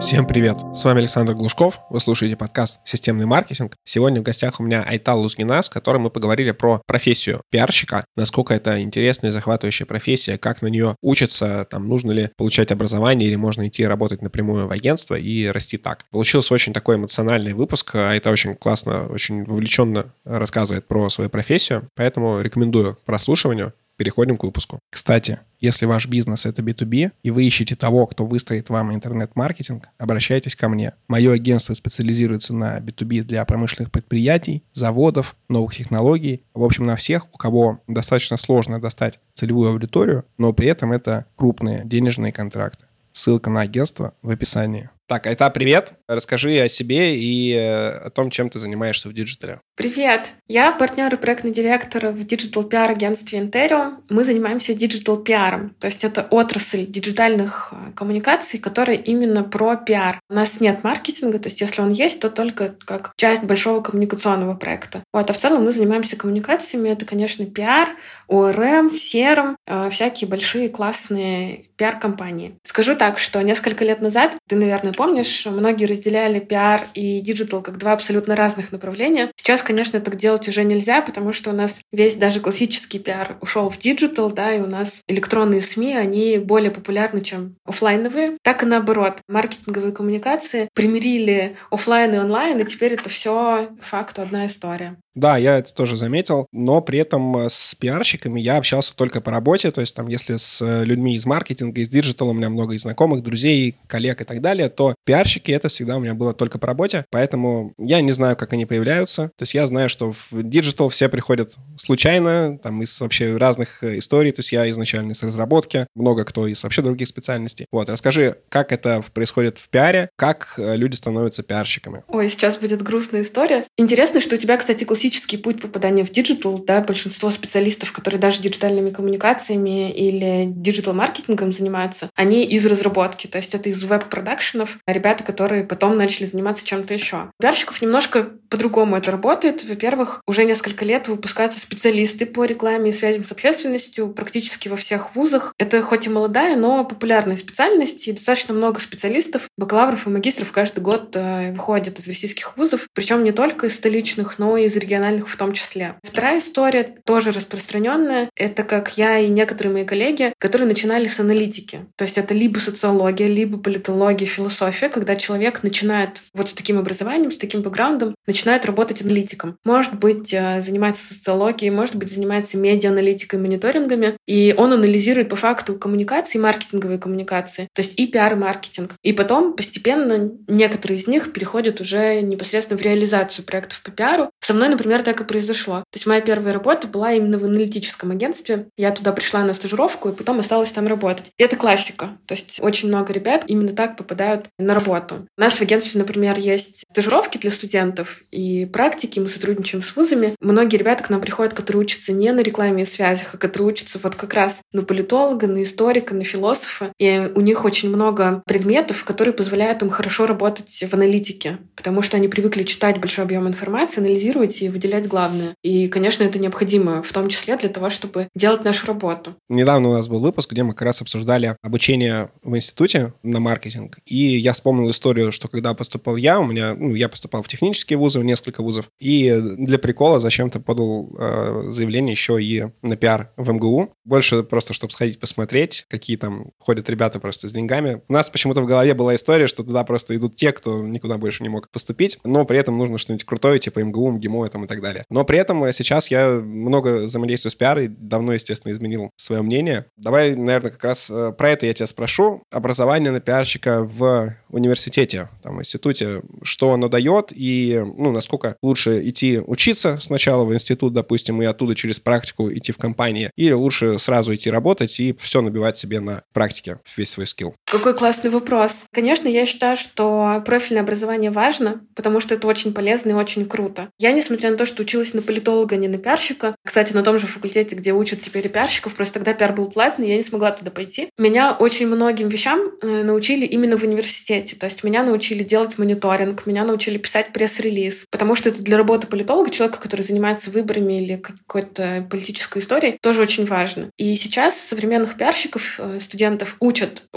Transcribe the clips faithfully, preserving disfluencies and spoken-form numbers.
Всем привет! С вами Александр Глушков. Вы слушаете подкаст «Системный маркетинг». Сегодня в гостях у меня Айтал Лузгина, с которой мы поговорили про профессию пиарщика, насколько это интересная и захватывающая профессия, как на нее учатся, там, нужно ли получать образование или можно идти работать напрямую в агентство и расти так. Получился очень такой эмоциональный выпуск. Айта очень классно, очень вовлеченно рассказывает про свою профессию, поэтому рекомендую к прослушиванию. Переходим к выпуску. Кстати, если ваш бизнес — это би ту би, и вы ищете того, кто выстроит вам интернет-маркетинг, обращайтесь ко мне. Мое агентство специализируется на би ту би для промышленных предприятий, заводов, новых технологий. В общем, на всех, у кого достаточно сложно достать целевую аудиторию, но при этом это крупные денежные контракты. Ссылка на агентство в описании. Так, Айта, привет. Расскажи о себе и о том, чем ты занимаешься в диджитале. Привет. Я партнер и проектный директор в диджитал-пиар-агентстве Interio. Мы занимаемся диджитал-пиаром, то есть это отрасль диджитальных коммуникаций, которая именно про пиар. У нас нет маркетинга, то есть если он есть, то только как часть большого коммуникационного проекта. Вот, а в целом мы занимаемся коммуникациями. Это, конечно, пиар, о эр эм, си эр эм, э, всякие большие классные пиар-компании. Скажу так, что несколько лет назад, ты, наверное, помнишь, многие разделяли пиар и диджитал как два абсолютно разных направления. Сейчас, конечно, так делать уже нельзя, потому что у нас весь даже классический пиар ушел в диджитал, да, и у нас электронные СМИ, они более популярны, чем офлайновые. Так и наоборот. Маркетинговые коммуникации примирили офлайн и онлайн, и теперь это все по факту одна история. Да, я это тоже заметил, но при этом с пиарщиками я общался только по работе, то есть там если с людьми из маркетинга, из диджитала, у меня много и знакомых, друзей, коллег и так далее, то пиарщики это всегда у меня было только по работе, поэтому я не знаю, как они появляются, то есть я знаю, что в диджитал все приходят случайно, там из вообще разных историй, то есть я изначально из разработки, много кто из вообще других специальностей. Вот, расскажи, как это происходит в пиаре, как люди становятся пиарщиками? Ой, сейчас будет грустная история. Интересно, что у тебя, кстати, классический путь попадания в диджитал, да, большинство специалистов, которые даже диджитальными коммуникациями или диджитал-маркетингом занимаются, они из разработки, то есть это из веб-продакшенов, ребята, которые потом начали заниматься чем-то еще. У пиарщиков немножко по-другому это работает. Во-первых, уже несколько лет выпускаются специалисты по рекламе и связям с общественностью практически во всех вузах. Это хоть и молодая, но популярная специальность, и достаточно много специалистов, бакалавров и магистров каждый год выходят из российских вузов, причем не только из столичных, но и из региональных в том числе. Вторая история, тоже распространенная, это как я и некоторые мои коллеги, которые начинали с аналитики. То есть это либо социология, либо политология, философия, когда человек начинает вот с таким образованием, с таким бэкграундом, начинает работать аналитиком. Может быть, занимается социологией, может быть, занимается медиа-аналитикой, мониторингами, и он анализирует по факту коммуникации, маркетинговые коммуникации, то есть и пиар, и маркетинг. И потом постепенно некоторые из них переходят уже непосредственно в реализацию проектов по пиару. Со мной, например, так и произошло. То есть моя первая работа была именно в аналитическом агентстве. Я туда пришла на стажировку и потом осталась там работать. И это классика. То есть очень много ребят именно так попадают на работу. У нас в агентстве, например, есть стажировки для студентов и практики. Мы сотрудничаем с вузами. Многие ребята к нам приходят, которые учатся не на рекламе и связях, а которые учатся вот как раз на политолога, на историка, на философа. И у них очень много предметов, которые позволяют им хорошо работать в аналитике, потому что они привыкли читать большой объем информации, анализировать и выделять главное. И, конечно, это необходимо, в том числе для того, чтобы делать нашу работу. Недавно у нас был выпуск, где мы как раз обсуждали обучение в институте на маркетинг. И я вспомнил историю, что когда поступал я, у меня, ну, я поступал в технические вузы, в несколько вузов, и для прикола зачем-то подал э, заявление еще и на пиар в эм гэ у. Больше просто, чтобы сходить посмотреть, какие там ходят ребята просто с деньгами. У нас почему-то в голове была история, что туда просто идут те, кто никуда больше не мог поступить, но при этом нужно что-нибудь крутое, типа эм гэ у, эм гэ эм о там, и так далее. Но при этом сейчас я много взаимодействую с пиар и давно, естественно, изменил свое мнение. Давай, наверное, как раз про это я тебя спрошу. Образование на пиарщика в университете, там, в институте, что оно дает и, ну, насколько лучше идти учиться сначала в институт, допустим, и оттуда через практику идти в компании, или лучше сразу идти работать и все набивать себе на практике, весь свой скилл? Какой классный вопрос. Конечно, я считаю, что профильное образование важно, потому что это очень полезно и очень круто. Я, несмотря на то, что училась на политолога, а не на пиарщика, кстати, на том же факультете, где учат теперь и пиарщиков, просто тогда пиар был платный, я не смогла туда пойти. Меня очень многим вещам научили именно в университете. То есть меня научили делать мониторинг, меня научили писать пресс-релиз, потому что это для работы политолога, человека, который занимается выборами или какой-то политической историей, тоже очень важно. И сейчас современных пиарщиков, студентов учат очень многим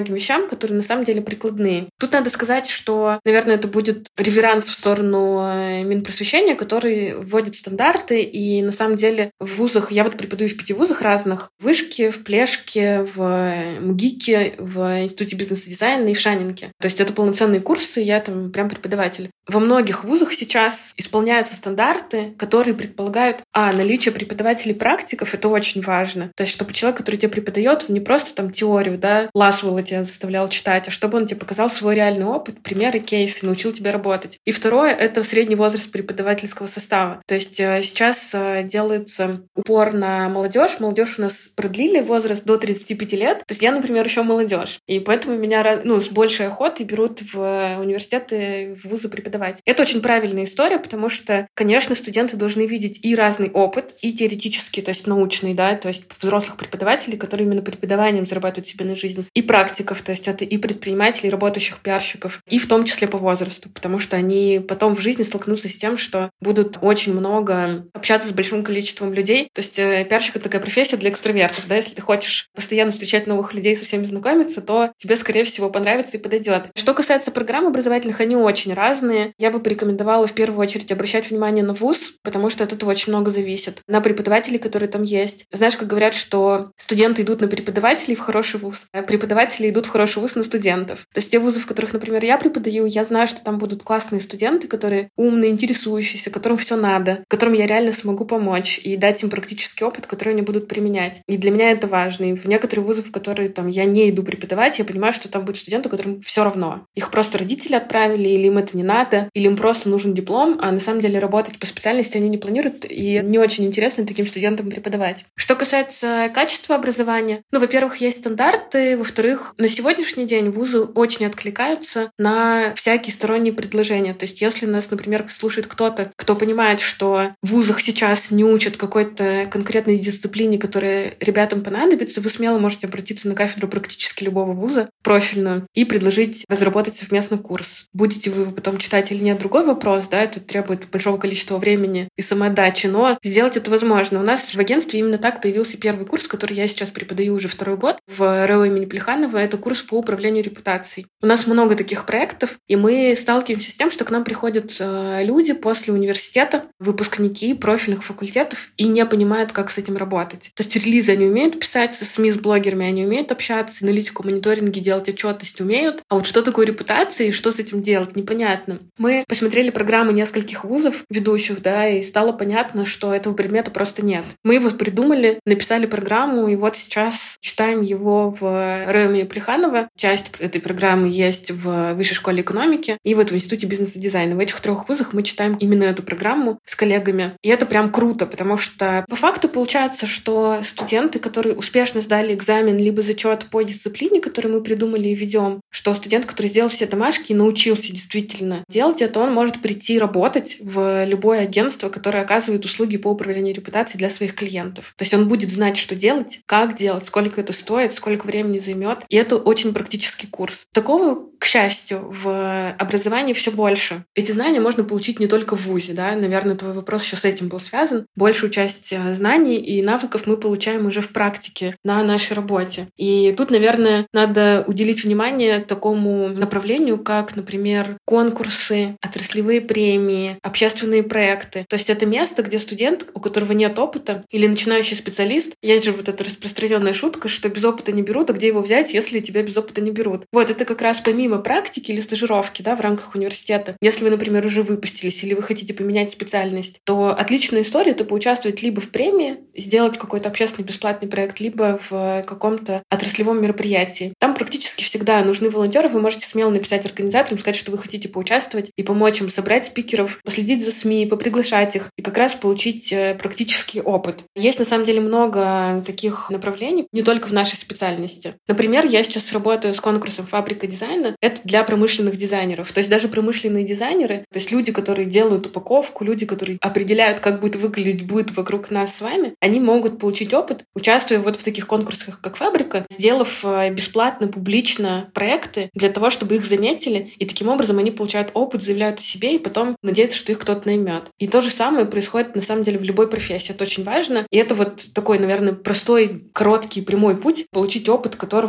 многим вещам, которые на самом деле прикладные. Тут надо сказать, что, наверное, это будет реверанс в сторону Минпросвещения, который вводит стандарты, и на самом деле в вузах, я вот преподаю в пяти вузах разных, в Вышке, в Плешке, в МГИКе, в Институте бизнеса и дизайна и в Шанинке. То есть это полноценные курсы, я там прям преподаватель. Во многих вузах сейчас исполняются стандарты, которые предполагают, а, наличие преподавателей-практиков — это очень важно. То есть чтобы человек, который тебе преподает, он не просто там теорию, да, Ласвелла тебя заставлял читать, а чтобы он тебе показал свой реальный опыт, примеры, кейсы, научил тебя работать. И второе — это средний возраст преподавательского состава. То есть сейчас делается упор на молодежь. Молодежь у нас продлили возраст до тридцати пяти лет. То есть я, например, еще молодежь. И поэтому меня, ну, с большей охотой берут в университеты, в вузы преподавать. Это очень правильная история, потому что, конечно, студенты должны видеть и разный опыт, и теоретический, то есть научный, да, то есть взрослых преподавателей, которые именно преподаванием зарабатывают себе на жизнь, и практиков, то есть это и предпринимателей, и работающих пиарщиков, и в том числе по возрасту, потому что они потом в жизни столкнутся с тем, что будут очень много общаться с большим количеством людей. То есть пиарщик — это такая профессия для экстравертов, да, если ты хочешь постоянно встречать новых людей, со всеми знакомиться, то тебе, скорее всего, понравится и подойдет. Что касается программ образовательных, они очень разные. Я бы порекомендовала в первую очередь обращать внимание на вуз, потому что от этого очень много зависит. На преподавателей, которые там есть. Знаешь, как говорят, что студенты идут на преподавателей в хороший вуз, а преподаватели идут в хороший вуз на студентов. То есть те вузы, в которых, например, я преподаю, я знаю, что там будут классные студенты, которые умные, интересующиеся, которым все надо, которым я реально смогу помочь и дать им практический опыт, который они будут применять. И для меня это важно. И в некоторые вузы, в которые там я не иду преподавать, я понимаю, что там будут студенты, которым все равно. Их просто родители отправили, или им это не надо, или им просто нужен диплом, а на самом деле работать по специальности они не планируют, и не очень интересно таким студентам преподавать. Что касается качества образования, ну, во-первых, есть стандарты, во-вторых, на сегодняшний день вузы очень откликаются на всякие сторонние предложения. То есть если нас, например, слушает кто-то, кто понимает, что в вузах сейчас не учат какой-то конкретной дисциплине, которая ребятам понадобится, вы смело можете обратиться на кафедру практически любого вуза, профильную, и предложить разработать совместный курс. Будете вы потом читать или нет, другой вопрос, да, это требует большого количества времени и самоотдачи, но сделать это возможно. У нас в агентстве именно так появился первый курс, который я сейчас преподаю уже второй год в РЭО имени Плеханова. Это курс по управлению репутацией. У нас много таких проектов, и мы сталкиваемся с тем, что к нам приходят люди после университета, выпускники профильных факультетов, и не понимают, как с этим работать. То есть релизы они умеют писать, с СМИ, с блогерами они умеют общаться, аналитику, мониторинги, делать отчетность умеют, а вот что такое репутация и что с этим делать, непонятно. Мы посмотрели программы нескольких вузов ведущих, да, и стало понятно, что этого предмета просто нет. Мы его придумали, написали программу, и вот сейчас читаем его в РЭО имени Плеханова. Часть этой программы есть в Высшей школе экономики и вот в Институте бизнеса и дизайна. В этих трех вузах мы читаем именно эту программу с коллегами. И это прям круто, потому что по факту получается, что студенты, которые успешно сдали экзамен либо зачет по дисциплине, которую мы придумали и ведем, что студент, который сделал все домашки и научился действительно делать это, он может прийти работать в любое агентство, которое оказывает услуги по управлению репутацией для своих клиентов. То есть он будет знать, что делать, как делать, сколько это стоит, сколько времени займет. И это очень практический курс. Такого, к счастью, в образовании все больше. Эти знания можно получить не только в вузе, да, наверное, твой вопрос еще с этим был связан. Большую часть знаний и навыков мы получаем уже в практике на нашей работе. И тут, наверное, надо уделить внимание такому направлению, как, например, конкурсы, отраслевые премии, общественные проекты. То есть это место, где студент, у которого нет опыта, или начинающий специалист, есть же вот эта распространенная шутка, что без опыта не берут, а где его взять, если тебя без опыта не берут. Вот, это как раз помимо практики или стажировки, да, в рамках университета. Если вы, например, уже выпустились или вы хотите поменять специальность, то отличная история — это поучаствовать либо в премии, сделать какой-то общественный бесплатный проект, либо в каком-то отраслевом мероприятии. Там практически всегда нужны волонтеры, вы можете смело написать организаторам, сказать, что вы хотите поучаствовать и помочь им собрать спикеров, последить за СМИ, поприглашать их и как раз получить практический опыт. Есть на самом деле много таких направлений, не только в нашей специальности. Например, я сейчас работаю с конкурсом «Фабрика дизайна». Это для промышленных дизайнеров. То есть даже промышленные дизайнеры, то есть люди, которые делают упаковку, люди, которые определяют, как будет выглядеть быт вокруг нас с вами, они могут получить опыт, участвуя вот в таких конкурсах, как «Фабрика», сделав бесплатно, публично проекты для того, чтобы их заметили, и таким образом они получают опыт, заявляют о себе, и потом надеются, что их кто-то наймет. И то же самое происходит, на самом деле, в любой профессии. Это очень важно. И это вот такой, наверное, простой, короткий, прямой путь получить опыт, которого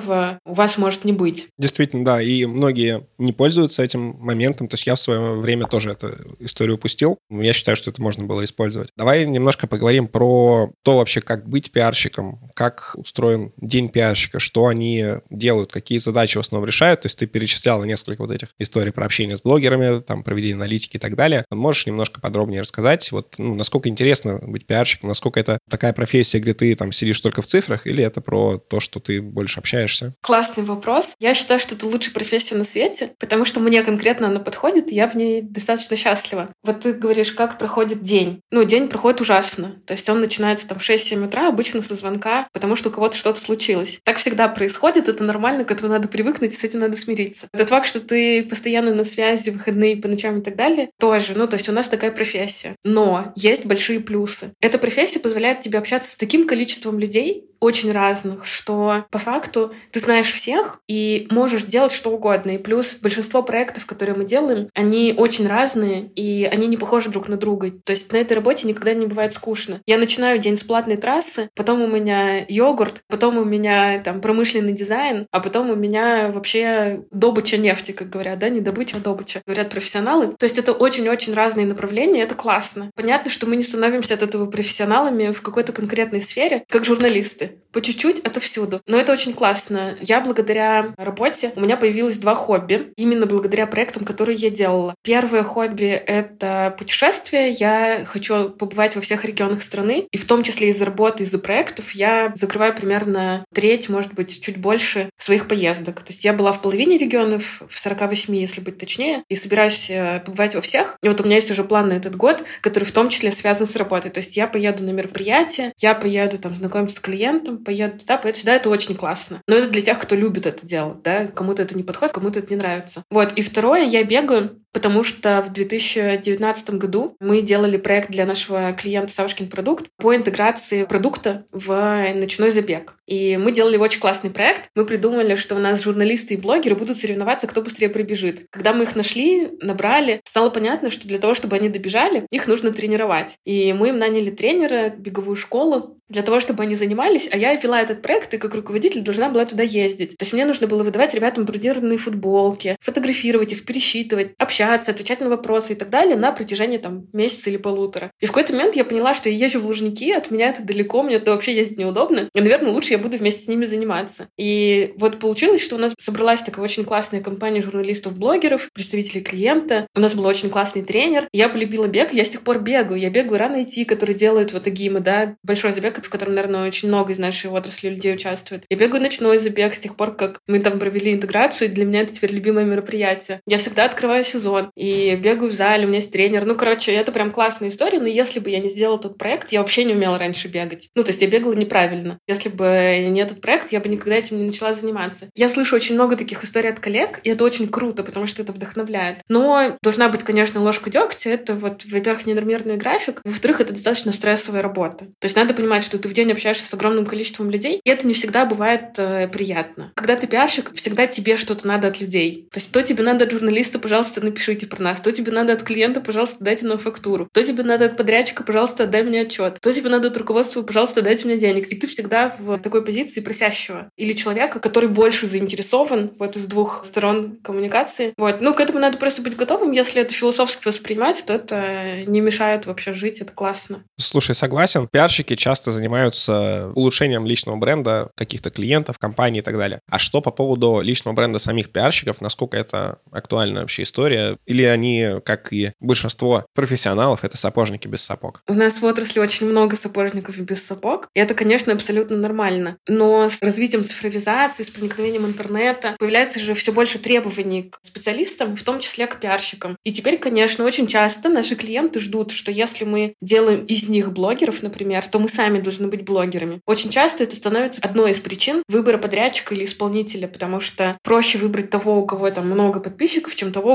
у вас может не быть. Действительно, да, и многие не пользуются этим моментом, то есть я в свое время тоже эту историю упустил, я считаю, что это можно было использовать. Давай немножко поговорим про то вообще, как быть пиарщиком, как устроен день пиарщика, что они делают, какие задачи в основном решают, то есть ты перечисляла несколько вот этих историй про общение с блогерами, там, проведение аналитики и так далее. Можешь немножко подробнее рассказать, вот, ну, насколько интересно быть пиарщиком, насколько это такая профессия, где ты там сидишь только в цифрах, или это про то, что ты больше общаешься? Классный вопрос. Я считаю, что это лучшая профессия на свете, потому что мне конкретно она подходит, и я в ней достаточно счастлива. Вот ты говоришь, как проходит день. Ну, день проходит ужасно. То есть он начинается там в шесть-семь утра, обычно со звонка, потому что у кого-то что-то случилось. Так всегда происходит, это нормально, к этому надо привыкнуть, и с этим надо смириться. Тот факт, что ты постоянно на связи, выходные, по ночам и так далее, тоже, ну, то есть у нас такая профессия. Но есть большие плюсы. Эта профессия позволяет тебе общаться с таким количеством людей, очень разных, что по факту ты знаешь всех и можешь делать что угодно. И плюс большинство проектов, которые мы делаем, они очень разные, и они не похожи друг на друга. То есть на этой работе никогда не бывает скучно. Я начинаю день с платной трассы, потом у меня йогурт, потом у меня там промышленный дизайн, а потом у меня вообще добыча нефти, как говорят, да, не добыча, а добыча, говорят профессионалы. То есть это очень-очень разные направления, это классно. Понятно, что мы не становимся от этого профессионалами в какой-то конкретной сфере, как журналисты. По чуть-чуть отовсюду. Но это очень классно. Я благодаря работе, у меня появилось два хобби, именно благодаря проектам, которые я делала. Первое хобби — это путешествие. Я хочу побывать во всех регионах страны, и в том числе из-за работы, из-за проектов я закрываю примерно треть, может быть, чуть больше своих поездок. То есть я была в половине регионов, в сорока восьми, если быть точнее, и собираюсь побывать во всех. И вот у меня есть уже план на этот год, который в том числе связан с работой. То есть я поеду на мероприятия, я поеду там знакомиться с клиентом, поеду туда, поеду сюда, это очень классно. Но это для тех, кто любит это делать, да, кому-то это не подходит, кому-то это не нравится. Вот, и второе, я бегаю, потому что в две тысячи девятнадцатом году мы делали проект для нашего клиента Савушкин продукт по интеграции продукта в ночной забег. И мы делали очень классный проект. Мы придумали, что у нас журналисты и блогеры будут соревноваться, кто быстрее пробежит. Когда мы их нашли, набрали, стало понятно, что для того, чтобы они добежали, их нужно тренировать. И мы им наняли тренера, беговую школу, для того, чтобы они занимались, а я вела этот проект, и как руководитель должна была туда ездить. То есть мне нужно было выдавать ребятам брендированные футболки, фотографировать их, пересчитывать, общаться, отвечать на вопросы и так далее на протяжении там месяца или полутора. И в какой-то момент я поняла, что я езжу в Лужники, от меня это далеко, мне это вообще ездить неудобно, и, наверное, лучше я буду вместе с ними заниматься. И вот получилось, что у нас собралась такая очень классная компания журналистов-блогеров, представителей клиента. У нас был очень классный тренер. Я полюбила бег, я с тех пор бегаю. Я бегаю рано идти, который делает вот Агима, да, большой забег, в котором, наверное, очень много из нашей отрасли людей участвует. Я бегаю ночной забег с тех пор, как мы там провели интеграцию, и для меня это теперь любимое мероприятие. Я всегда открываю сезон и бегаю в зале, у меня есть тренер. Ну, короче, это прям классная история, но если бы я не сделала тот проект, я вообще не умела раньше бегать. Ну, то есть я бегала неправильно. Если бы не этот проект, я бы никогда этим не начала заниматься. Я слышу очень много таких историй от коллег, и это очень круто, потому что это вдохновляет. Но должна быть, конечно, ложка дегтя. Это вот, во-первых, ненормированный график, во-вторых, это достаточно стрессовая работа. То есть надо понимать, что ты в день общаешься с огромным количеством людей, и это не всегда бывает э, приятно. Когда ты пиарщик, всегда тебе что-то надо от людей. То есть то тебе надо от журналиста, пожалуйста, напишите про нас. То тебе надо от клиента, пожалуйста, дайте нам фактуру. То тебе надо от подрядчика, пожалуйста, дай мне отчет. То тебе надо от руководства, пожалуйста, дайте мне денег. И ты всегда в такой позиции просящего. Или человека, который больше заинтересован вот из двух сторон коммуникации. Вот. Ну, к этому надо просто быть готовым. Если это философски воспринимать, то это не мешает вообще жить. Это классно. Слушай, согласен. Пиарщики часто занимаются улучшением личного бренда каких-то клиентов, компаний и так далее. А что по поводу личного бренда самих пиарщиков? Насколько это актуальная вообще история? Или они, как и большинство профессионалов, это сапожники без сапог? У нас в отрасли очень много сапожников без сапог. И это, конечно, абсолютно нормально. Но с развитием цифровизации, с проникновением интернета появляется же все больше требований к специалистам, в том числе к пиарщикам. И теперь, конечно, очень часто наши клиенты ждут, что если мы делаем из них блогеров, например, то мы сами должны быть блогерами. Очень часто это становится одной из причин выбора подрядчика или исполнителя, потому что проще выбрать того, у кого там много подписчиков, чем того, у кого мало.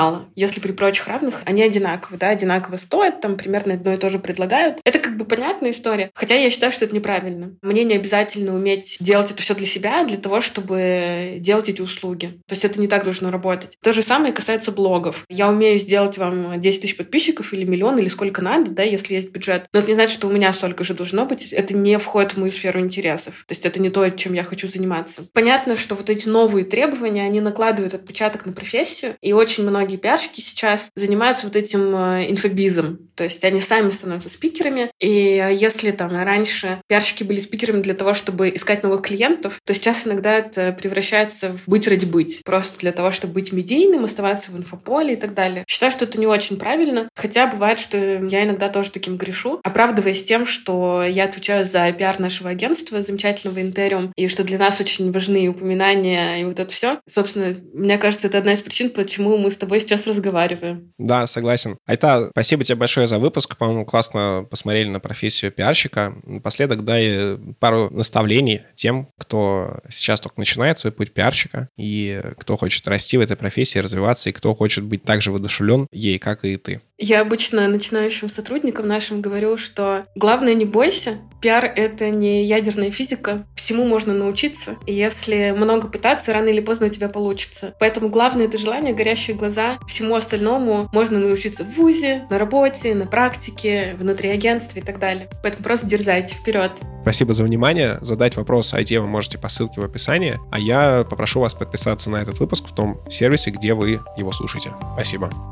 мало. Если при прочих равных они одинаковы, да, одинаково стоят, там примерно одно и то же предлагают. Это как бы понятная история, хотя я считаю, что это неправильно. Мне не обязательно уметь делать это все для себя, для того, чтобы делать эти услуги. То есть это не так должно работать. То же самое касается блогов. Я умею сделать вам десять тысяч подписчиков или миллион, или сколько надо, да, если есть бюджет. Но это не значит, что у меня столько же должно быть. Это не входит в мою сферу интересов. То есть это не то, чем я хочу заниматься. Понятно, что вот эти новые требования, они накладывают отпечаток на профессию, и очень многие пиарщики сейчас занимаются вот этим инфобизом. То есть они сами становятся спикерами, и если там раньше пиарщики были спикерами для того, чтобы искать новых клиентов, то сейчас иногда это превращается в быть ради быть. Просто для того, чтобы быть медийным, оставаться в инфополе и так далее. Считаю, что это не очень правильно, хотя бывает, что я иногда тоже таким грешу, оправдываясь тем, что я отвечаю за пиар нашего агентства, замечательного Интериум, и что для нас очень важны упоминания и вот это все. Собственно, мне кажется, это одна из причин, почему мы с тобой сейчас разговариваем. Да, согласен. Айта, спасибо тебе большое за выпуск. По-моему, классно посмотрели на профессию пиарщика. Напоследок дай пару наставлений тем, кто сейчас только начинает свой путь пиарщика, и кто хочет расти в этой профессии, развиваться, и кто хочет быть так же воодушевлен ей, как и ты. Я обычно начинающим сотрудникам нашим говорю, что главное, не бойся. Пиар — это не ядерная физика. Всему можно научиться. И если много пытаться, рано или поздно у тебя получится. Поэтому главное — это желание, горящие глаза. Всему остальному можно научиться в вузе, на работе, на практике, внутри агентства и так далее. Поэтому просто дерзайте, вперед. Спасибо за внимание. Задать вопрос Айте вы можете по ссылке в описании. А я попрошу вас подписаться на этот выпуск в том сервисе, где вы его слушаете. Спасибо.